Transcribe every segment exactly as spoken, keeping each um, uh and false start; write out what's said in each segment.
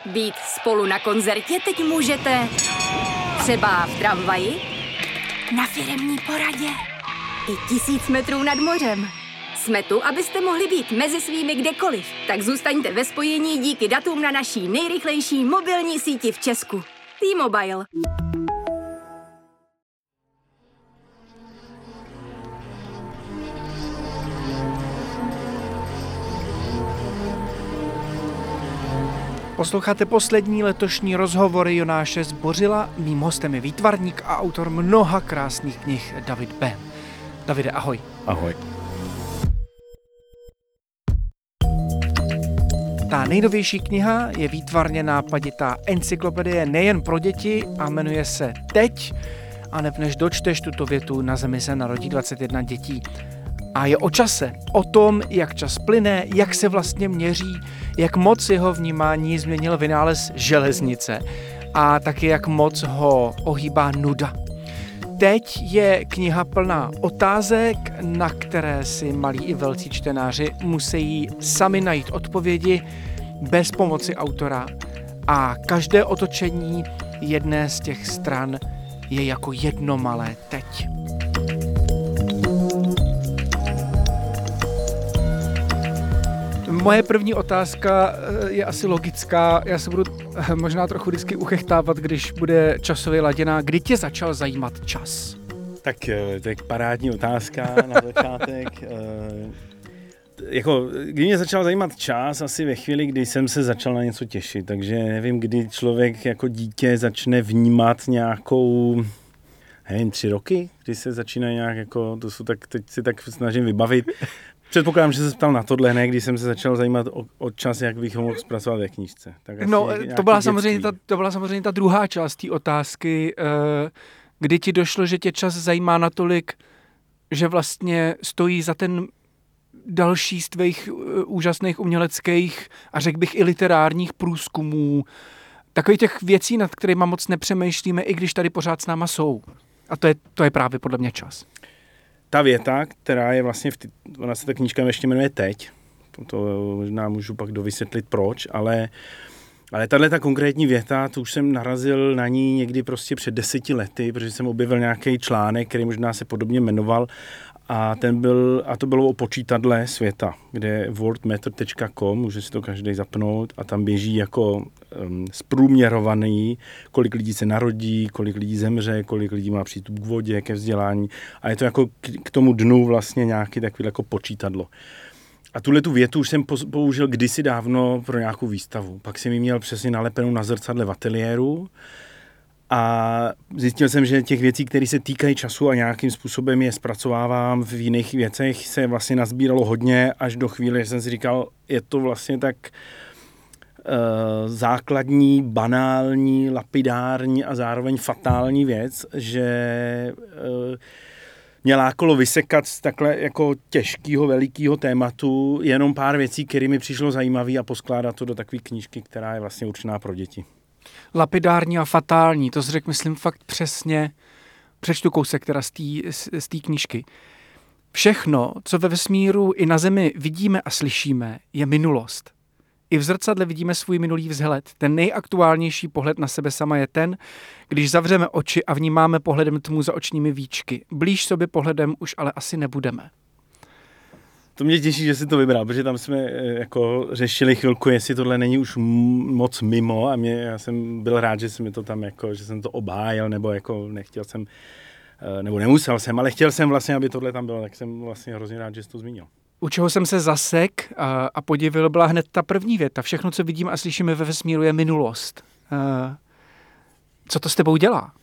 Být spolu na koncertě teď můžete třeba v tramvaji, na firemní poradě i tisíc metrů nad mořem. Jsme tu, abyste mohli být mezi svými kdekoliv. Tak zůstaňte ve spojení díky datům na naší nejrychlejší mobilní síti v Česku. T-Mobile. Posloucháte poslední letošní rozhovory Jonáše Zbořila. Mým hostem je výtvarník a autor mnoha krásných knih David Bém. Davide, ahoj. Ahoj. Ta nejnovější kniha je výtvarně nápaditá encyklopedie nejen pro děti a jmenuje se Teď. A neb než dočteš tuto větu, na Zemi se narodí dvacet jedna dětí. A je o čase, o tom, jak čas plyne, jak se vlastně měří, jak moc jeho vnímání změnil vynález železnice a taky jak moc ho ohýbá nuda. Teď je kniha plná otázek, na které si malí i velcí čtenáři musí sami najít odpovědi bez pomoci autora. A každé otočení jedné z těch stran je jako jedno malé teď. Moje první otázka je asi logická. Já se budu možná trochu vždycky uchechtávat, když bude časově laděná. Kdy tě začal zajímat čas? Tak to je parádní otázka na začátek. Jako, kdy mě začal zajímat čas, asi ve chvíli, kdy jsem se začal na něco těšit. Takže nevím, kdy člověk jako dítě začne vnímat nějakou, nevím, tři roky, kdy se začíná nějak jako, to jsou tak, teď si tak snažím vybavit. Předpokládám, že se ptal na tohle, ne, když jsem se začal zajímat o, o čas, jak bych ho mohl zpracovat ve knížce. Tak no, to byla, samozřejmě ta, to byla samozřejmě ta druhá část té otázky, kdy ti došlo, že tě čas zajímá natolik, že vlastně stojí za ten další z tvých úžasných uměleckých a řekl bych i literárních průzkumů, takových těch věcí, nad kterými moc nepřemýšlíme, i když tady pořád s náma jsou. A to je, to je právě podle mě čas. Ta věta, která je vlastně, v ty, ona se ta knížka ještě jmenuje Teď, to možná můžu pak dovysvětlit proč, ale, ale tahle konkrétní věta, to už jsem narazil na ní někdy prostě před deseti lety, protože jsem objevil nějaký článek, který možná se podobně jmenoval a, ten byl, a to bylo o počítadle světa, kde je worldmeter tečka com, může si to každý zapnout a tam běží jako um, zprůměrovaný, kolik lidí se narodí, kolik lidí zemře, kolik lidí má přístup k vodě, ke vzdělání a je to jako k, k tomu dnu vlastně nějaký takový jako počítadlo. A tuhle tu větu už jsem použil kdysi dávno pro nějakou výstavu. Pak jsem ji měl přesně nalepenou na zrcadle v ateliéru a zjistil jsem, že těch věcí, které se týkají času a nějakým způsobem je zpracovávám v jiných věcech, se vlastně nazbíralo hodně až do chvíle, že jsem si říkal, je to vlastně tak uh, základní, banální, lapidární a zároveň fatální věc, že uh, mě lákalo vysekat z takhle jako těžkého, velikého tématu jenom pár věcí, které mi přišlo zajímavé a poskládat to do takové knížky, která je vlastně určená pro děti. Lapidární a fatální, to jsi řekl, myslím, fakt přesně. Přečtu kousek teda z té knížky. Všechno, co ve vesmíru i na Zemi vidíme a slyšíme, je minulost. I v zrcadle vidíme svůj minulý vzhled. Ten nejaktuálnější pohled na sebe sama je ten, když zavřeme oči a vnímáme pohledem tmu za očními víčky. Blíž sobě pohledem už ale asi nebudeme. To mě těší, že jsi to vybral, protože tam jsme jako řešili chvilku, jestli tohle není už moc mimo a mě, já jsem byl rád, že jsem mi to tam jako, že jsem to obhájil, nebo jako nechtěl jsem, nebo nemusel jsem, ale chtěl jsem vlastně, aby tohle tam bylo, tak jsem vlastně hrozně rád, že jsi to zmínil. U čeho jsem se zasek a, a podivil, byla hned ta první věta. Všechno, co vidíme a slyšíme ve vesmíru, je minulost. Uh, co to s tebou dělá?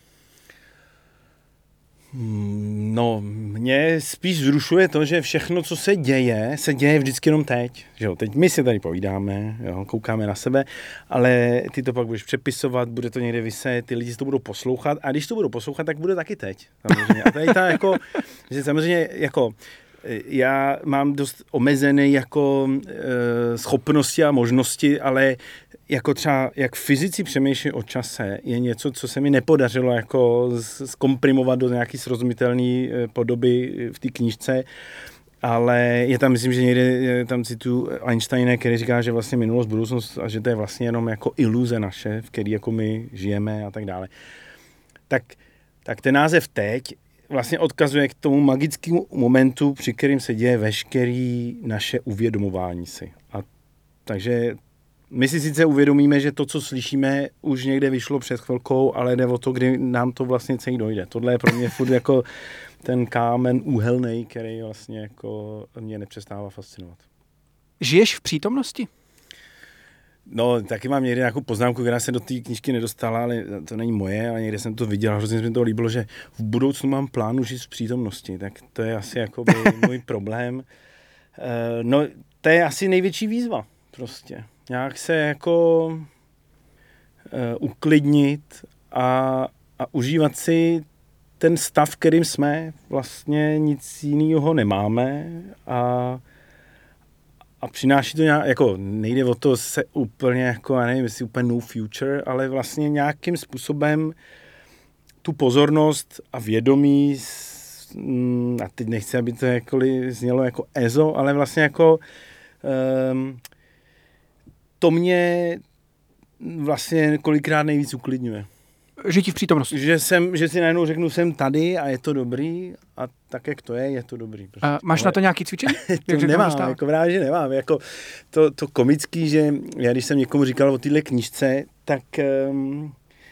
No, mě spíš zrušuje to, že všechno, co se děje, se děje vždycky jenom teď. Že jo? Teď my si tady povídáme, jo? Koukáme na sebe, ale ty to pak budeš přepisovat, bude to někde viset, ty lidi to budou poslouchat a když to budou poslouchat, tak bude taky teď. Samozřejmě. A tady ta jako, že samozřejmě jako já mám dost omezené jako e, schopnosti a možnosti, ale jako třeba jak fyzici přemýšlí o čase, je něco, co se mi nepodařilo jako zkomprimovat do nějaký srozumitelné podoby v té knížce. ale je tam, myslím, že někde je tam citu Einsteina, který říká, že vlastně minulost, budoucnost a že to je vlastně jenom jako iluze naše, v který jako my žijeme a tak dále. Tak, tak ten název teď vlastně odkazuje k tomu magickému momentu, při kterým se děje veškerý naše uvědomování si. A takže my si sice uvědomíme, že to, co slyšíme, už někde vyšlo před chvilkou, ale jde o to, kdy nám to vlastně celý dojde. Tohle je pro mě furt jako ten kámen úhelnej, který vlastně jako mě nepřestává fascinovat. Žiješ v přítomnosti? No, taky mám někde nějakou poznámku, která se do té knížky nedostala, ale to není moje, ale někde jsem to viděl a hrozně se mi to líbilo, že v budoucnu mám plánu žít v přítomnosti, tak to je asi jako můj problém. No, to je asi největší výzva prostě. Nějak se jako uh, uklidnit a, a užívat si ten stav, kterým jsme, vlastně nic jiného nemáme a, a přináší to nějak, jako nejde o to se úplně, jako, já nevím, jestli úplně no future, ale vlastně nějakým způsobem tu pozornost a vědomí, a teď nechci, aby to jakkoliv znělo jako ezo, ale vlastně jako um, to mě vlastně kolikrát nejvíc uklidňuje. Žití v přítomnosti. Že, jsem, že si najednou řeknu, jsem tady a je to dobrý a tak, jak to je, je to dobrý. Prostě. A máš ale na to nějaký cvičení? to nemám, jako právě, že nemám. Jako to, to komický, že já když jsem někomu říkal o téhle knížce, tak, um,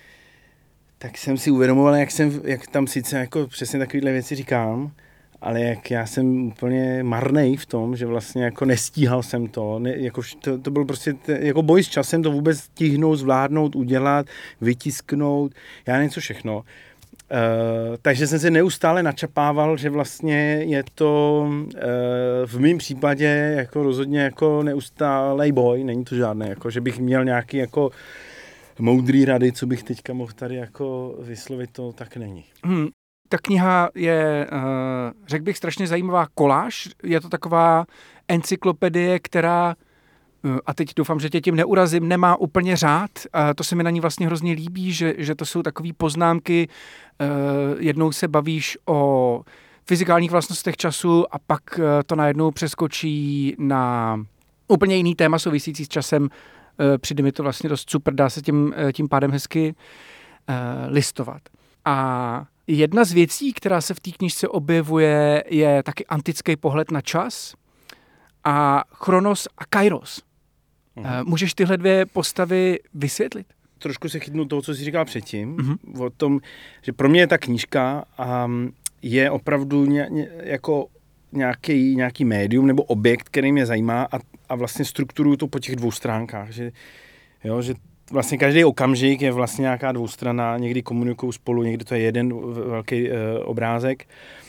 tak jsem si uvědomoval, jak, jsem, jak tam sice jako přesně takovéhle věci říkám, ale jak já jsem úplně marnej v tom, že vlastně jako nestíhal jsem to, ne, jako to, to byl prostě t, jako boj s časem to vůbec stihnout, zvládnout, udělat, vytisknout, já něco všechno. Uh, takže jsem se neustále načapával, že vlastně je to uh, v mém případě jako rozhodně jako neustálej boj, není to žádné, jako že bych měl nějaký jako moudrý rady, co bych teďka mohl tady jako vyslovit, to tak není. Hmm. Ta kniha je, řekl bych, strašně zajímavá koláž. Je to taková encyklopedie, která, a teď doufám, že tě tím neurazím, nemá úplně řád. A to se mi na ní vlastně hrozně líbí, že, že to jsou takové poznámky. Jednou se bavíš o fyzikálních vlastnostech času a pak to najednou přeskočí na úplně jiný téma souvisící s časem. Přijde mi to vlastně dost super, dá se tím, tím pádem hezky listovat. A jedna z věcí, která se v té knižce objevuje, je taky antický pohled na čas a Chronos a Kairos. Uh-huh. Můžeš tyhle dvě postavy vysvětlit? Trošku se chytnu toho, co jsi říkal předtím, uh-huh. o tom, že pro mě je ta knížka um, je opravdu ně, ně, jako nějaký, nějaký médium nebo objekt, který mě zajímá a, a vlastně strukturuju to po těch dvou stránkách, že, jo, že vlastně každý okamžik je vlastně nějaká dvoustrana, někdy komunikují spolu, někdy to je jeden velký e, obrázek.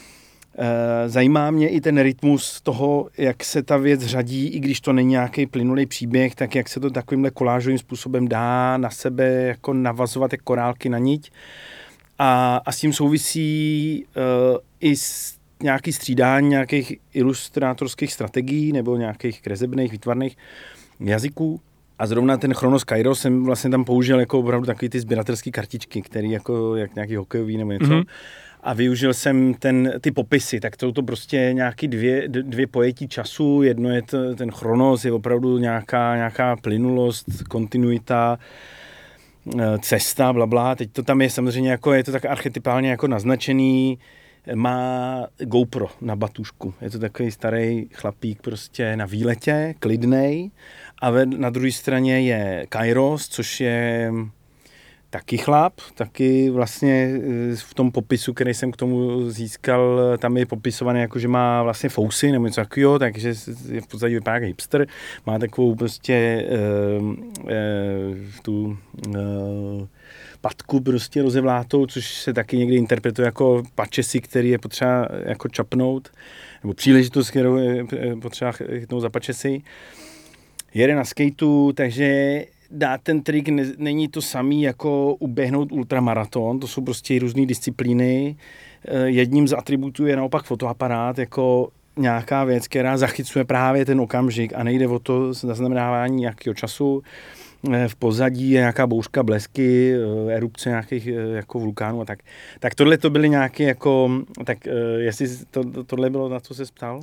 E, zajímá mě i ten rytmus toho, jak se ta věc řadí, i když to není nějaký plynulý příběh, tak jak se to takovýmhle kolážovým způsobem dá na sebe jako navazovat jak korálky na niť. A, a s tím souvisí e, i s nějaký střídání nějakých ilustrátorských strategií nebo nějakých kresebných, výtvarných jazyků. A zrovna ten Chronos Kairos jsem vlastně tam použil jako opravdu takový ty sběratelské kartičky, který jako jak nějaký hokejový nebo něco. Mm-hmm. A využil jsem ten, ty popisy, tak jsou to prostě nějaký dvě, dvě pojetí času. Jedno je to, ten Chronos, je opravdu nějaká, nějaká plynulost, kontinuita, cesta, blabla. Teď to tam je samozřejmě jako, je to tak archetypálně jako naznačený, má GoPro na batušku. Je to takový starý chlapík prostě na výletě, klidnej. A na druhé straně je Kairos, což je taky chlap, taky vlastně v tom popisu, který jsem k tomu získal, tam je popisovaný jako, že má vlastně fousy nebo něco takového, takže je v podstatě vypadá jako hipster. Má takovou prostě uh, uh, tu uh, patku prostě rozevlátou, což se taky někdy interpretuje jako pačesy, který je potřeba jako čapnout, nebo příležitost, kterou je potřeba chytnout za pačesy. Jede na skateu, takže dá ten trik, ne, není to samý jako uběhnout ultramaraton, to jsou prostě různé disciplíny. Jedním z atributů je naopak fotoaparát jako nějaká věc, která zachycuje právě ten okamžik a nejde o to zaznamenávání nějakého času. V pozadí je nějaká bouřka, blesky, erupce nějakých jako vulkánů a tak. Tak tohle to byly nějaké jako, tak jestli to, tohle bylo, na co se ptal?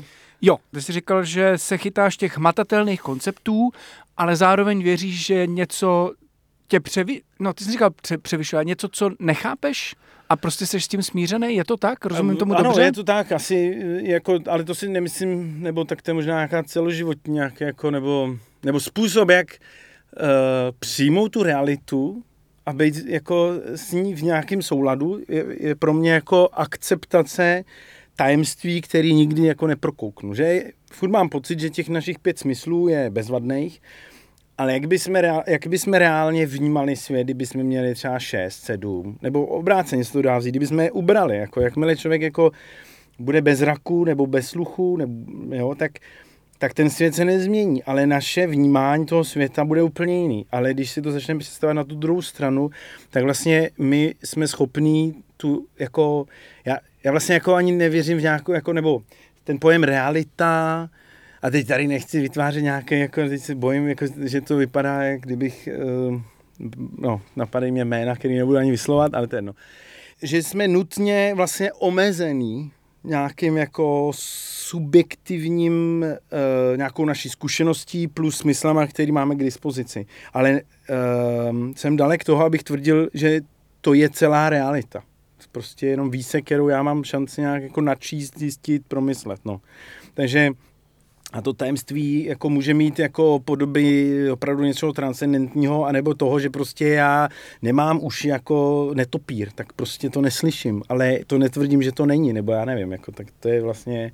Jo, ty jsi říkal, že se chytáš těch hmatatelných konceptů, ale zároveň věříš, že něco tě převi... No, ty jsi říkal pře- převyšuje, něco, co nechápeš a prostě jsi s tím smířený, je to tak? Rozumím tomu ano, dobře? Ano, je to tak, asi, jako, ale to si nemyslím, nebo tak to je možná nějaká celoživotní, nějak, jako, nebo, nebo způsob, jak uh, přijmout tu realitu a být jako s ní v nějakém souladu, je, je pro mě jako akceptace tajemství, který nikdy jako neprokouknu. Že furt mám pocit, že těch našich pět smyslů je bezvadných, ale jak bychom, reál, jak bychom reálně vnímali svět, kdybychom měli třeba šest, sedm, nebo obráceně se to dá vzít, kdybychom je ubrali, jako jakmile člověk jako bude bez zraku, nebo bez sluchu, nebo, jo, tak, tak ten svět se nezmění, ale naše vnímání toho světa bude úplně jiný. Ale když si to začneme představovat na tu druhou stranu, tak vlastně my jsme schopní tu, jako, já, já vlastně jako ani nevěřím v nějakou, jako, nebo ten pojem realita. A teď tady nechci vytvářet nějaké, jako teď se bojím, jako, že to vypadá, jak kdybych, uh, no, napadají mě jména, který nebudu ani vyslovat, ale to je jedno. Že jsme nutně vlastně omezení nějakým jako subjektivním, uh, nějakou naší zkušeností plus smyslama, který máme k dispozici. Ale uh, jsem dalek toho, abych tvrdil, že to je celá realita. Prostě jenom výsek, kterou já mám šanci nějak jako načíst, zjistit, promyslet, no. Takže a to tajemství jako může mít jako podoby opravdu něčeho transcendentního, anebo toho, že prostě já nemám uši jako netopír, tak prostě to neslyším, ale to netvrdím, že to není, nebo já nevím, jako, tak to je vlastně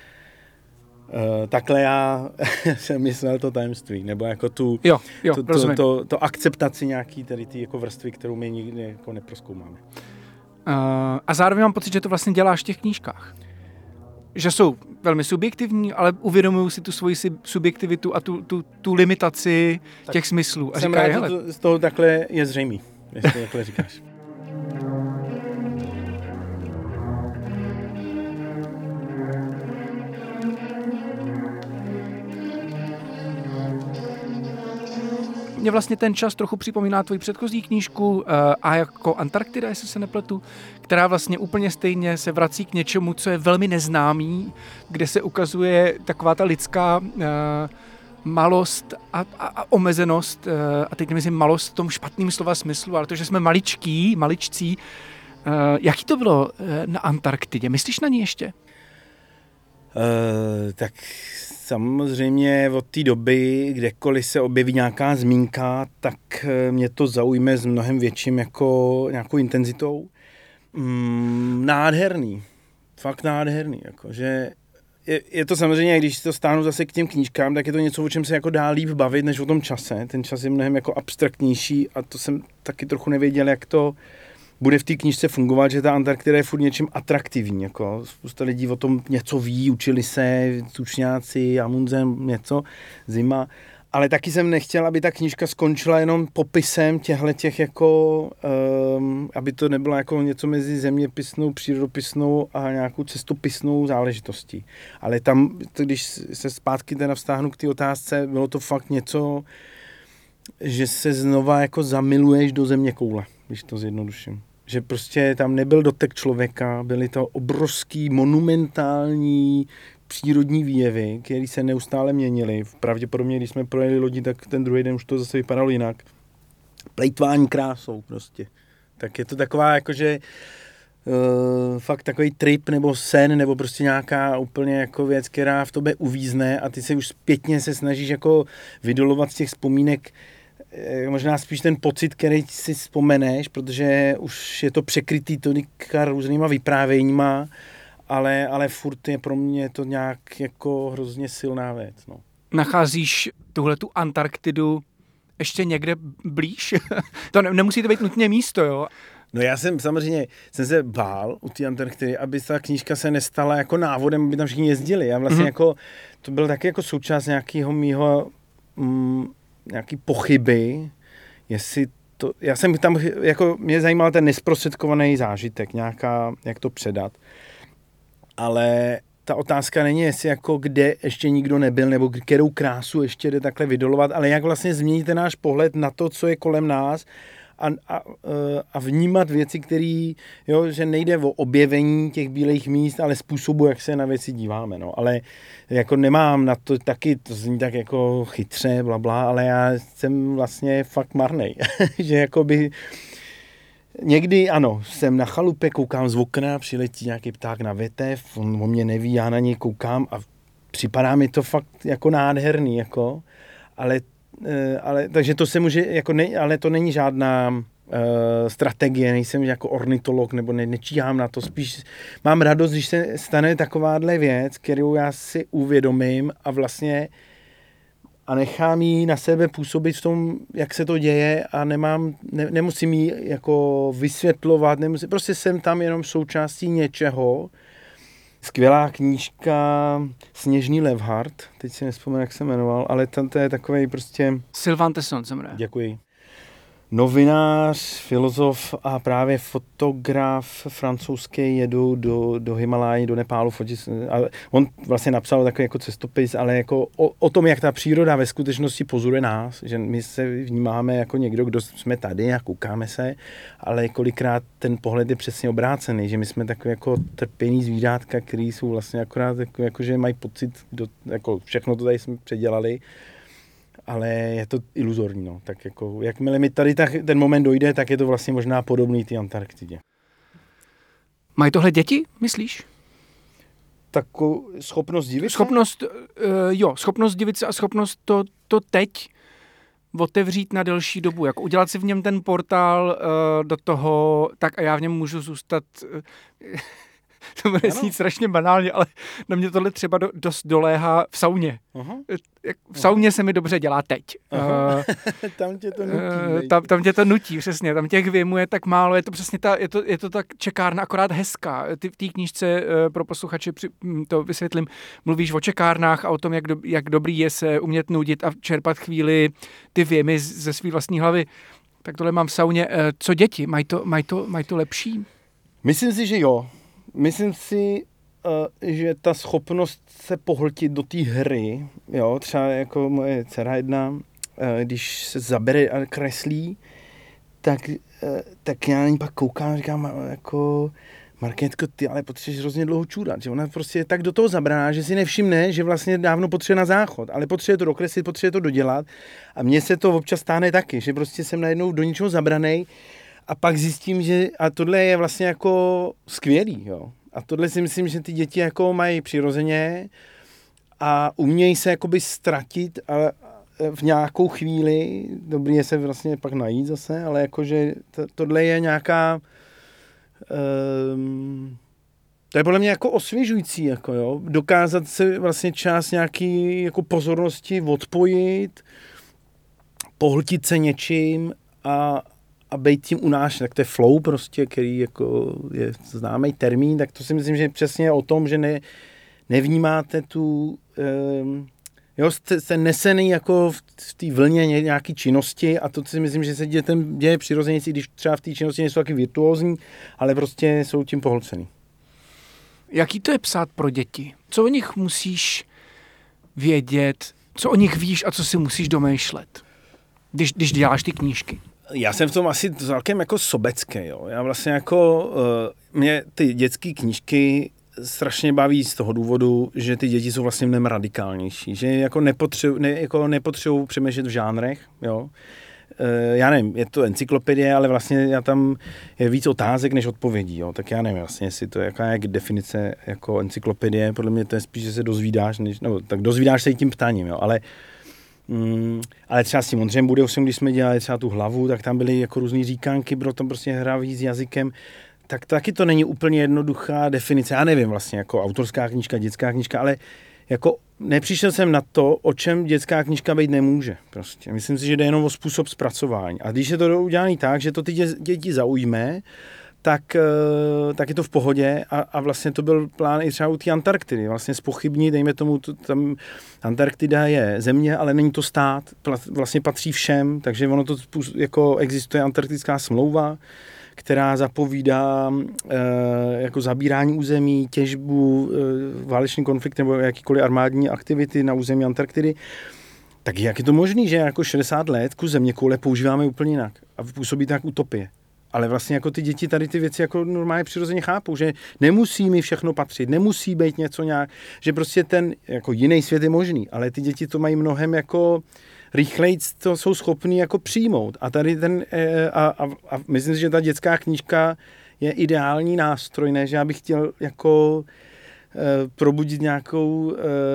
uh, takhle já jsem myslel to tajemství, nebo jako tu jo, jo, to, to, to, to akceptaci nějaký tady ty jako vrstvy, kterou my nikdy jako neprozkoumáme. Uh, a zároveň mám pocit, že to vlastně děláš v těch knížkách. Že jsou velmi subjektivní, ale uvědomují si tu svoji subjektivitu a tu, tu, tu limitaci tak těch smyslů. A jsem říkají, rád, že to, z toho takhle je zřejmý, jestli to takhle říkáš. Mě vlastně ten čas trochu připomíná tvoji předchozí knížku uh, A jako Antarktida, jestli se nepletu, která vlastně úplně stejně se vrací k něčemu, co je velmi neznámý, kde se ukazuje taková ta lidská uh, malost a, a, a omezenost, uh, a teď nemyslím malost v tom špatným slova smyslu, ale to, že jsme maličký, maličcí. Uh, jaký to bylo uh, na Antarktidě? Myslíš na ní ještě? Uh, tak samozřejmě od té doby, kdekoliv se objeví nějaká zmínka, tak mě to zaujme s mnohem větším jako nějakou intenzitou. Mm, nádherný. Fakt nádherný. Jako, že je, je to samozřejmě, když to stáhnu zase k těm knížkám, tak je to něco, o čem se jako dá líp bavit, než o tom čase. Ten čas je mnohem jako abstraktnější a to jsem taky trochu nevěděl, jak to bude v té knížce fungovat, že ta Antarktida je furt něčím atraktivní. Jako. Spousta lidí o tom něco ví, učili se, tučňáci, Amundsen, něco, zima. Ale taky jsem nechtěl, aby ta knížka skončila jenom popisem těchto těch jako, um, aby to nebylo jako něco mezi zeměpisnou, přírodopisnou a nějakou cestopisnou záležitostí. Ale tam, když se zpátky teda vztáhnu k té otázce, bylo to fakt něco, že se znova jako zamiluješ do země koule, když to zjednoduším. Že prostě tam nebyl dotek člověka, byly to obrovský, monumentální přírodní výjevy, které se neustále měnily. Pravděpodobně, když jsme projeli lodi, tak ten druhý den už to zase vypadalo jinak. Plejtvání krásou prostě. Tak je to taková jakože uh, fakt takový trip nebo sen, nebo prostě nějaká úplně jako věc, která v tobě uvízne a ty se už zpětně se snažíš jako vydolovat z těch vzpomínek možná spíš ten pocit, který si vzpomeneš, protože už je to překrytý tolika různýma vyprávěníma, ale, ale furt je pro mě to nějak jako hrozně silná věc. No. Nacházíš tuhletu Antarktidu ještě někde blíž? To ne, nemusí to být nutně místo, jo? No já jsem samozřejmě, jsem se bál u té Antarktidy, aby ta knížka se nestala jako návodem, aby tam všichni jezdili. Já vlastně mm-hmm. jako, to byl taky jako součást nějakého mýho mm, nějaký pochyby, jestli to, já jsem tam, jako mě zajímal ten nesprostředkovaný zážitek, nějaká, jak to předat, ale ta otázka není, jestli jako kde ještě nikdo nebyl, nebo kterou krásu ještě jde takhle vydolovat, ale jak vlastně změní ten náš pohled na to, co je kolem nás a, a, a vnímat věci, které, jo, že nejde o objevení těch bílých míst, ale způsobu, jak se na věci díváme, no. Ale jako nemám na to taky, to zní tak jako chytře, blabla, ale já jsem vlastně fakt marnej, že jakoby někdy ano, jsem na chalupě, koukám z okna, přiletí nějaký pták na větev, on o mě neví, já na něj koukám a připadá mi to fakt jako nádherný, jako, ale, ale takže to se může, jako ne, ale to není žádná uh, strategie, nejsem jako ornitolog, nebo ne, nečíhám na to, spíš mám radost, když se stane takováhle věc, kterou já si uvědomím a vlastně a nechám jí na sebe působit v tom, jak se to děje a nemám, ne, nemusím jí jako vysvětlovat, nemusím, prostě jsem tam jenom součástí něčeho. Skvělá knížka Sněžný Levhart, teď si nevzpomenu, jak se jmenoval, ale tam to je takovej prostě... Sylvain Tesson se jmenuje. Děkuji. Novinář, filozof a právě fotograf francouzský jedou do, do Himalají, do Nepálu fotit. A on vlastně napsal takový jako cestopis, ale jako o, o tom, jak ta příroda ve skutečnosti pozoruje nás, že my se vnímáme jako někdo, kdo jsme tady a koukáme se, ale kolikrát ten pohled je přesně obrácený, že my jsme takový jako trpěný zvířátka, který jsou vlastně akorát jako, jako že mají pocit, do, jako všechno to tady jsme předělali, ale je to iluzorní, no. Tak jako, jakmile mi tady tak, ten moment dojde, tak je to vlastně možná podobný té Antarktidě. Mají tohle děti, myslíš? Takovou schopnost divit se? Schopnost, uh, jo, schopnost divit se a schopnost to, to teď otevřít na delší dobu, jako udělat si v něm ten portál uh, do toho, tak a já v něm můžu zůstat... Uh, to bude snít strašně banálně, ale na mě tohle třeba do, dost doléhá v sauně. Aha. V sauně se mi dobře dělá teď. Uh, tam tě to nutí. Uh, tam, tam tě to nutí, přesně. Tam těch věmů je tak málo. Je to přesně ta, je to, je to tak čekárna, akorát hezká. Ty v té knížce uh, pro posluchače při, to vysvětlím. Mluvíš o čekárnách a o tom, jak, do, jak dobrý je se umět nudit a čerpat chvíli ty věmy ze své vlastní hlavy. Tak tohle mám v sauně. Uh, co děti? Mají to, maj to, maj to lepší? Myslím si, že jo. Myslím si, že ta schopnost se pohltit do té hry, jo, třeba jako moje dcera jedna, když se zabere a kreslí, tak, tak já na ní pak koukám a říkám, jako, Markétko, ty ale potřebuješ hrozně dlouho čůrat, že ona prostě je tak do toho zabraná, že si nevšimne, že vlastně dávno potřebuje na záchod, ale potřebuje to dokreslit, potřebuje to dodělat a mně se to občas stane taky, že prostě jsem najednou do ničeho zabranej. A pak zjistím, že a tohle je vlastně jako skvělý, jo. A tohle si myslím, že ty děti jako mají přirozeně a umějí se jakoby ztratit ale v nějakou chvíli, dobrý je se vlastně pak najít zase, ale jakože to, tohle je nějaká, um, to je podle mě jako osvěžující, jako jo, dokázat se vlastně část nějaký jako pozornosti odpojit, pohltit se něčím a a bejt tím unášen, tak to je flow prostě, který jako je známý termín, tak to si myslím, že přesně je o tom, že ne, nevnímáte tu, um, jo, jste, jste nesený jako v, v té vlně nějaký činnosti a to si myslím, že se dětem děje přirozeně, když třeba v té činnosti nejsou taky virtuózní, ale prostě jsou tím pohlcený. Jaký to je psát pro děti? Co o nich musíš vědět, co o nich víš a co si musíš domýšlet, když, když děláš ty knížky? Já jsem v tom asi celkem jako sobecký, jo. Já vlastně jako, uh, mě ty dětské knížky strašně baví z toho důvodu, že ty děti jsou vlastně mnohem radikálnější, že jako nepotřebují ne, jako nepotřebují přemýšlet v žánrech, jo. Uh, já nevím, je to encyklopedie, ale vlastně já tam je víc otázek než odpovědí, jo. Tak já nevím vlastně, jestli to je jaká je definice jako encyklopedie, podle mě to je spíš, že se dozvídáš, než, no, tak dozvídáš se i tím ptáním, jo, ale Mm, ale třeba s tím Ondřejem Budeusem, když jsme dělali třeba tu hlavu, tak tam byly jako různý říkánky, bylo tam prostě hravý s jazykem, tak taky to není úplně jednoduchá definice. Já nevím vlastně, jako autorská knížka, dětská knížka, ale jako nepřišel jsem na to, o čem dětská knížka být nemůže. Prostě. Myslím si, že jde jenom o způsob zpracování. A když je to udělané tak, že to ty děti zaujme, tak, tak je to v pohodě a, a vlastně to byl plán i třeba u té Antarktidy. Vlastně zpochybnit, dejme tomu, to, tam Antarktida je země, ale není to stát, vlastně patří všem, takže ono to jako existuje antarktická smlouva, která zapovídá e, jako zabírání území, těžbu, e, válečný konflikt nebo jakýkoliv armádní aktivity na území Antarktidy. tak jak je to možný, že jako šedesát let kus zeměkoule používáme úplně jinak a působí to jak utopie. Ale vlastně jako ty děti tady ty věci jako normálně přirozeně chápou, že nemusí mi všechno patřit, nemusí být něco nějak, že prostě ten jako jiný svět je možný, ale ty děti to mají mnohem jako rychleji to jsou schopní jako přijmout. A tady ten, a, a, a myslím si, že ta dětská knížka je ideální nástroj, ne, že já bych chtěl jako probudit nějakou,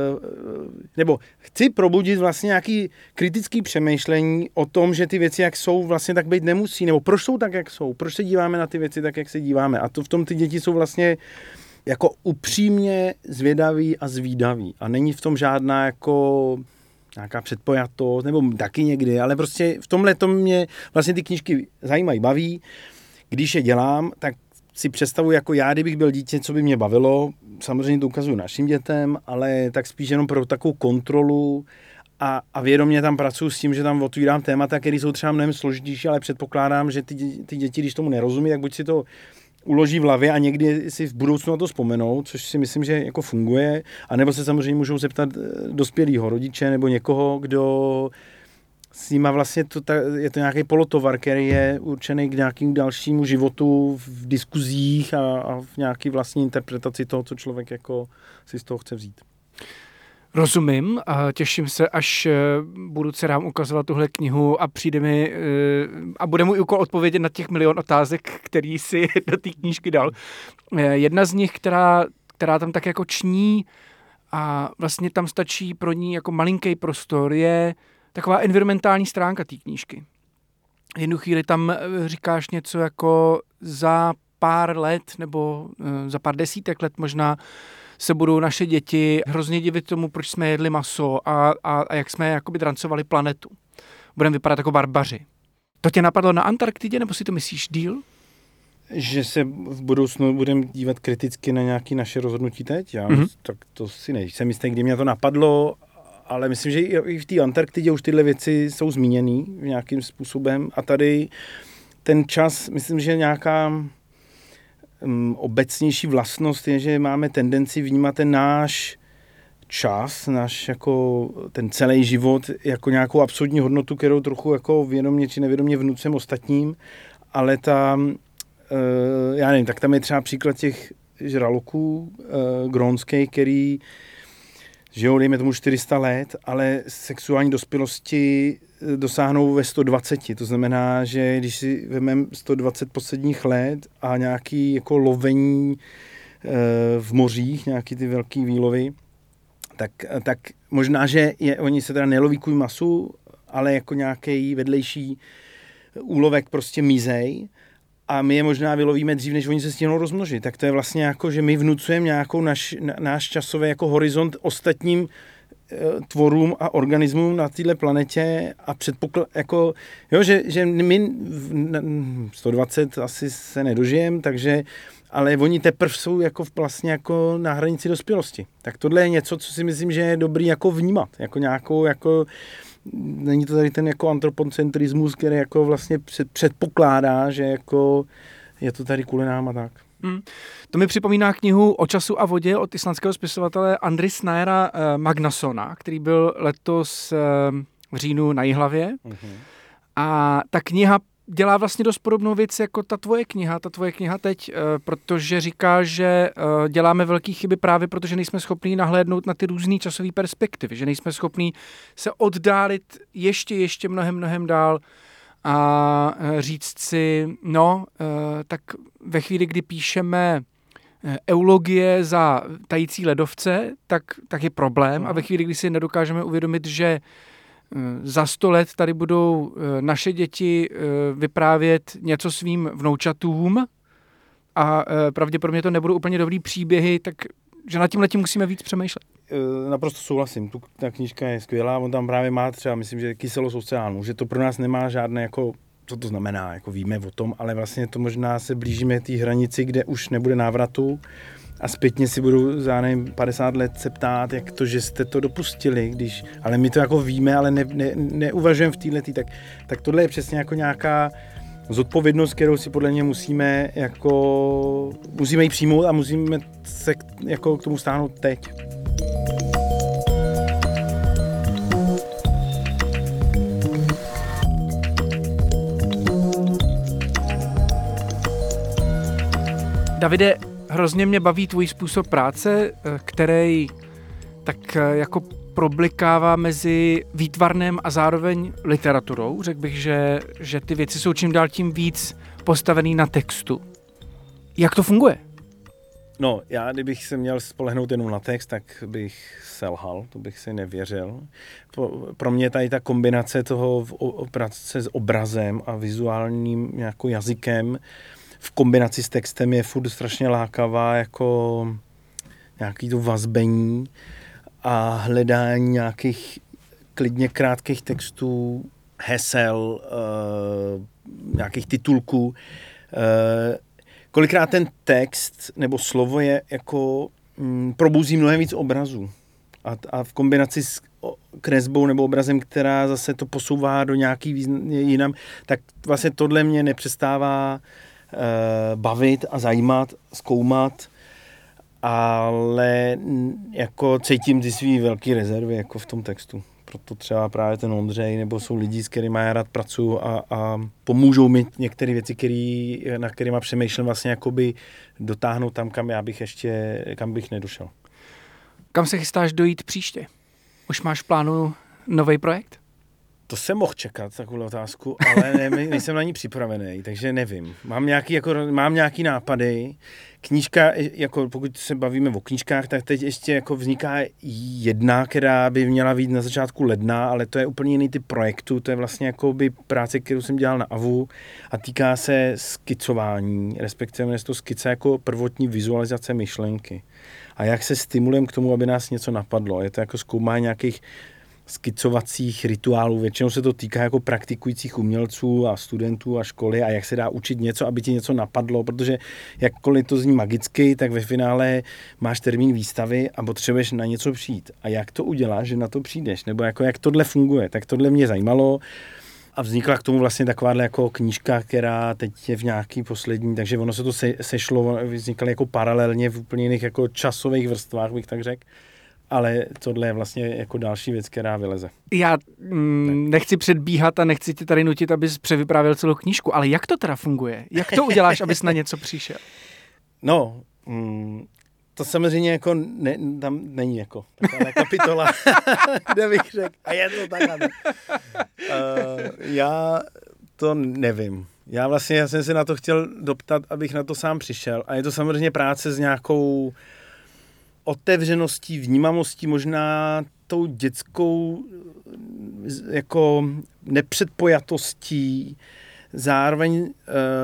nebo chci probudit vlastně nějaký kritický přemýšlení o tom, že ty věci, jak jsou, vlastně tak být nemusí, nebo proč jsou tak, jak jsou, proč se díváme na ty věci tak, jak se díváme. A to v tom ty děti jsou vlastně jako upřímně zvědaví a zvídaví. A není v tom žádná jako nějaká předpojatost, nebo taky někdy, ale prostě v tomhle to mě vlastně ty knížky zajímají, baví. Když je dělám, tak si představuji jako já, kdybych byl dítě, co by mě bavilo. Samozřejmě to ukazuju našim dětem, ale tak spíš jenom pro takovou kontrolu a, a vědomě tam pracuji s tím, že tam otvírám témata, které jsou třeba mnohem složitější, ale předpokládám, že ty, ty děti, když tomu nerozumí, tak buď si to uloží v hlavě a někdy si v budoucnu na to vzpomenou, což si myslím, že jako funguje, anebo se samozřejmě můžou zeptat dospělého rodiče nebo někoho, kdo s nima vlastně to, ta, je to nějaký polotovar, který je určený k nějakým dalšímu životu v diskuzích a, a v nějaký vlastní interpretaci toho, co člověk jako si z toho chce vzít. Rozumím a těším se, až budu dcerám ukazovat tuhle knihu a přijde mi a bude můj úkol odpovědět na těch milion otázek, který si do té knížky dal. Jedna z nich, která, která tam tak jako ční a vlastně tam stačí pro ní jako malinký prostor, je taková environmentální stránka té knížky. V jednu chvíli tam říkáš něco jako za pár let nebo za pár desítek let možná se budou naše děti hrozně divit tomu, proč jsme jedli maso a, a, a jak jsme jakoby drancovali planetu. Budeme vypadat jako barbaři. To tě napadlo na Antarktidě, nebo si to myslíš díl? Že se v budoucnu budeme dívat kriticky na nějaké naše rozhodnutí teď? Já, mm-hmm. Tak to si nejsem jistý, kdy mě to napadlo, ale myslím, že i v té Antarktidě už tyhle věci jsou zmíněný nějakým způsobem a tady ten čas, myslím, že nějaká um, obecnější vlastnost je, že máme tendenci vnímat ten náš čas, náš jako ten celý život jako nějakou absolutní hodnotu, kterou trochu jako vědomě či nevědomě vnucem ostatním, ale ta, uh, já nevím, tak tam je třeba příklad těch žraloků uh, grónských, který žijou, dejme tomu čtyři sta let, ale sexuální dospělosti dosáhnou ve sto dvacet. To znamená, že když si vezmeme sto dvacet posledních let a nějaký jako lovení e, v mořích, nějaký ty velký výlovy, tak, tak možná, že je, oni se teda neloví kuj masu, ale jako nějaký vedlejší úlovek prostě mizej. A my je možná vylovíme dřív, než oni se stihnou rozmnožit. Tak to je vlastně jako, že my vnucujeme nějakou naš, na, náš časový jako horizont ostatním e, tvorům a organismům na této planetě a předpoklad, jako, jo, že, že my sto dvacet asi se nedožijeme, takže, ale oni teprve jsou jako vlastně jako na hranici dospělosti. Tak tohle je něco, co si myslím, že je dobrý jako vnímat, jako nějakou, jako není to tady ten jako antropocentrismus, který jako vlastně před, předpokládá, že jako je to tady kvůli nám a tak. Hmm. To mi připomíná knihu O času a vodě od islandského spisovatele Andrisnæra eh, Magnassona, který byl letos eh, v říjnu na Jihlavě. Uh-huh. A ta kniha dělá vlastně dost podobnou věc jako ta tvoje kniha, ta tvoje kniha teď, eh, protože říká, že eh, děláme velké chyby právě protože nejsme schopní nahlédnout na ty různé časové perspektivy, že nejsme schopní se oddálit ještě, ještě mnohem, mnohem dál a eh, říct si, no, eh, tak ve chvíli, kdy píšeme eh, eulogie za tající ledovce, tak, tak je problém a ve chvíli, kdy si nedokážeme uvědomit, že za sto let tady budou naše děti vyprávět něco svým vnoučatům a pravděpodobně to nebudou úplně dobrý příběhy, tak že nad tím letím musíme víc přemýšlet. Naprosto souhlasím. Tu, ta knížka je skvělá, on tam právě má třeba, myslím, že kyselost oceánu, že to pro nás nemá žádné jako, co to znamená, jako víme o tom, ale vlastně to možná se blížíme té hranici, kde už nebude návratu. A zpětně si budu za nevím, padesát let se ptát, jak to, že jste to dopustili, když, ale my to jako víme, ale ne, ne, neuvažujeme v této, tak, tak tohle je přesně jako nějaká zodpovědnost, kterou si podle mě musíme jako, musíme ji přijmout a musíme se jako k tomu stáhnout teď. Davide, hrozně mě baví tvůj způsob práce, který tak jako problikává mezi výtvarném a zároveň literaturou. Řekl bych, že, že ty věci jsou čím dál tím víc postavený na textu. Jak to funguje? No, já kdybych se měl spolehnout jenom na text, tak bych selhal, to bych si nevěřil. Pro mě tady ta kombinace toho práce s obrazem a vizuálním nějakým jazykem v kombinaci s textem je furt strašně lákavá, jako nějaký to vazbení a hledání nějakých klidně krátkých textů, hesel, uh, nějakých titulků. Uh, kolikrát ten text nebo slovo je jako mm, probouzí mnohem víc obrazů. A, a v kombinaci s kresbou nebo obrazem, která zase to posouvá do nějaký význam, jinam, tak vlastně tohle mě nepřestává uh, bavit a zajímat, zkoumat, ale jako cítím ty svý velký rezervy jako v tom textu. Proto třeba právě ten Ondřej, nebo jsou lidi, s kterými já rád pracuju a, a pomůžou mi některé věci, který, na kterýma přemýšlím vlastně jakoby dotáhnout tam, kam já bych ještě, kam bych nedošel. Kam se chystáš dojít příště? Už máš v plánu nový projekt? To jsem mohl čekat, takovou otázku, ale ne, nejsem na ní připravený, takže nevím. Mám nějaký, jako, mám nějaký nápady. Knížka, jako pokud se bavíme o knížkách, tak teď ještě jako vzniká jedna, která by měla být na začátku ledna, ale to je úplně jiný typ projektu. To je vlastně jako by práce, kterou jsem dělal na A V U a týká se skicování, respektive je to skice jako prvotní vizualizace myšlenky. A jak se stimulujeme k tomu, aby nás něco napadlo. Je to jako zkoumání nějakých skicovacích rituálů. Většinou se to týká jako praktikujících umělců a studentů a školy a jak se dá učit něco, aby ti něco napadlo, protože jakkoliv to zní magicky, tak ve finále máš termín výstavy a potřebuješ na něco přijít. A jak to uděláš, že na to přijdeš? Nebo jako jak tohle funguje? Tak tohle mě zajímalo a vznikla k tomu vlastně takováhle jako knížka, která teď je v nějaký poslední, takže ono se to se, sešlo, vznikalo jako paralelně v úplně jiných jako časových vrstvách, bych tak řekl. Ale tohle je vlastně jako další věc, která vyleze. Já mm, nechci předbíhat a nechci ti tady nutit, abys převyprávěl celou knížku, ale jak to teda funguje? Jak to uděláš, abys na něco přišel? No, mm, to samozřejmě jako ne, tam není jako taková kapitola, kde bych řekl, a je to takhle. Uh, já to nevím. Já vlastně já jsem se na to chtěl doptat, abych na to sám přišel. A je to samozřejmě práce s nějakou otevřeností, vnímavostí, možná tou dětskou jako nepředpojatostí, zároveň e,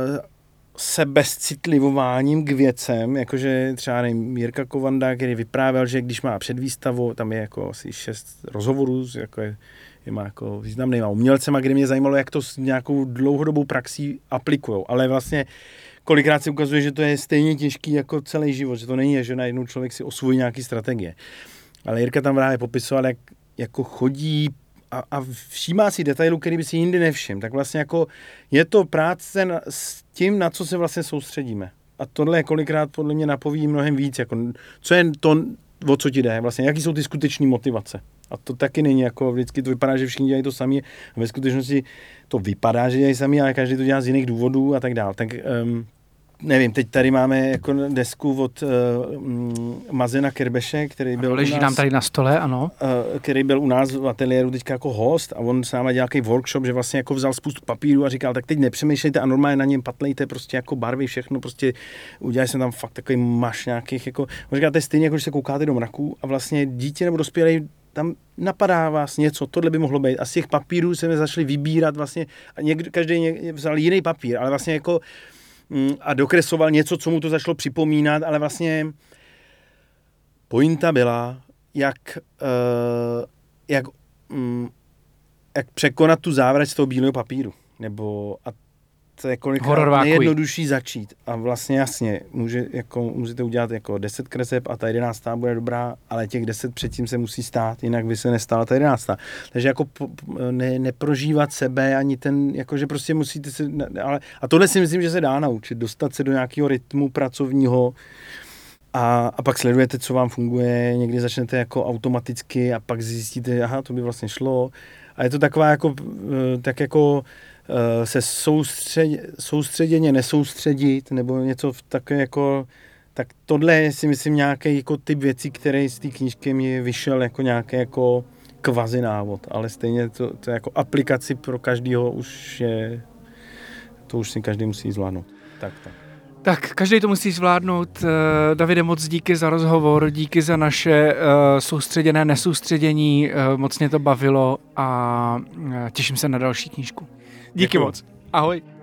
sebezcitlivováním k věcem, jakože třeba nevím, Jirka Kovanda, který vyprávěl, že když má předvýstavu, tam je jako asi šest rozhovorů, jako je, je má jako významnýma umělcema, kde mě zajímalo, jak to s nějakou dlouhodobou praxí aplikujou, ale vlastně kolikrát se ukazuje, že to je stejně těžký jako celý život, že to není, že najednou člověk si osvojí nějaký strategie. Ale Jirka tam právě popisoval, jak jako chodí a, a všímá si detailů, který by si jindy nevšiml. Tak vlastně jako je to práce na, s tím, na co se vlastně soustředíme. A tohle kolikrát podle mě napoví mnohem víc. Jako, co je to, o co ti jde, vlastně, jaký jsou ty skutečné motivace. A to taky není, jako vždycky to vypadá, že všichni dělají to sami. A ve skutečnosti to vypadá, že dělají sami, ale každý to dělá z jiných důvodů a tak dále. Tak um, nevím, teď tady máme jako desku od uh, Mazena Kerbeše, který byl leží u nás, nám tady na stole, ano. Uh, který byl u nás v ateliéru teďka jako host a on s náma dělal nějaký workshop, že vlastně jako vzal spoustu papíru a říkal, tak teď nepřemýšlejte a normálně na něm patlejte prostě jako barvy, všechno, prostě udělali jsme tam fakt takový maš nějakých, jako, on říkal, to je stejně, jako když se koukáte do mraku a vlastně dítě nebo dospělý tam napadá vás něco, tohle by mohlo být. A z těch papírů jsme začali vybírat vlastně, a někdo, každý někdo vzal jiný papír, ale vlastně jako mm, a dokresoval něco, co mu to začalo připomínat, ale vlastně pointa byla, jak, uh, jak, um, jak překonat tu závrať z toho bílého papíru. Nebo a to je kolikrát nejjednodušší začít. A vlastně jasně, může, jako, můžete udělat jako deset kreseb a ta jedenáctá bude dobrá, ale těch deset předtím se musí stát, jinak by se nestala ta jedenáctá. Takže jako ne, neprožívat sebe ani ten, jakože prostě musíte se, ale, a tohle si myslím, že se dá naučit, dostat se do nějakého rytmu pracovního a, a pak sledujete, co vám funguje, někdy začnete jako automaticky a pak zjistíte, aha, to by vlastně šlo. A je to taková jako, tak jako se soustřed, soustředěně nesoustředit, nebo něco takové jako, tak tohle je si myslím nějaký jako typ věcí, který z té knížky mi vyšel jako nějaký jako kvazi návod, ale stejně to, to jako aplikaci pro každýho už je, to už si každý musí zvládnout. Tak, tak. Tak, každý to musí zvládnout. Davide, moc díky za rozhovor, díky za naše soustředěné nesoustředění, moc mě to bavilo a těším se na další knížku. Díky Děkuju. moc. Ahoj.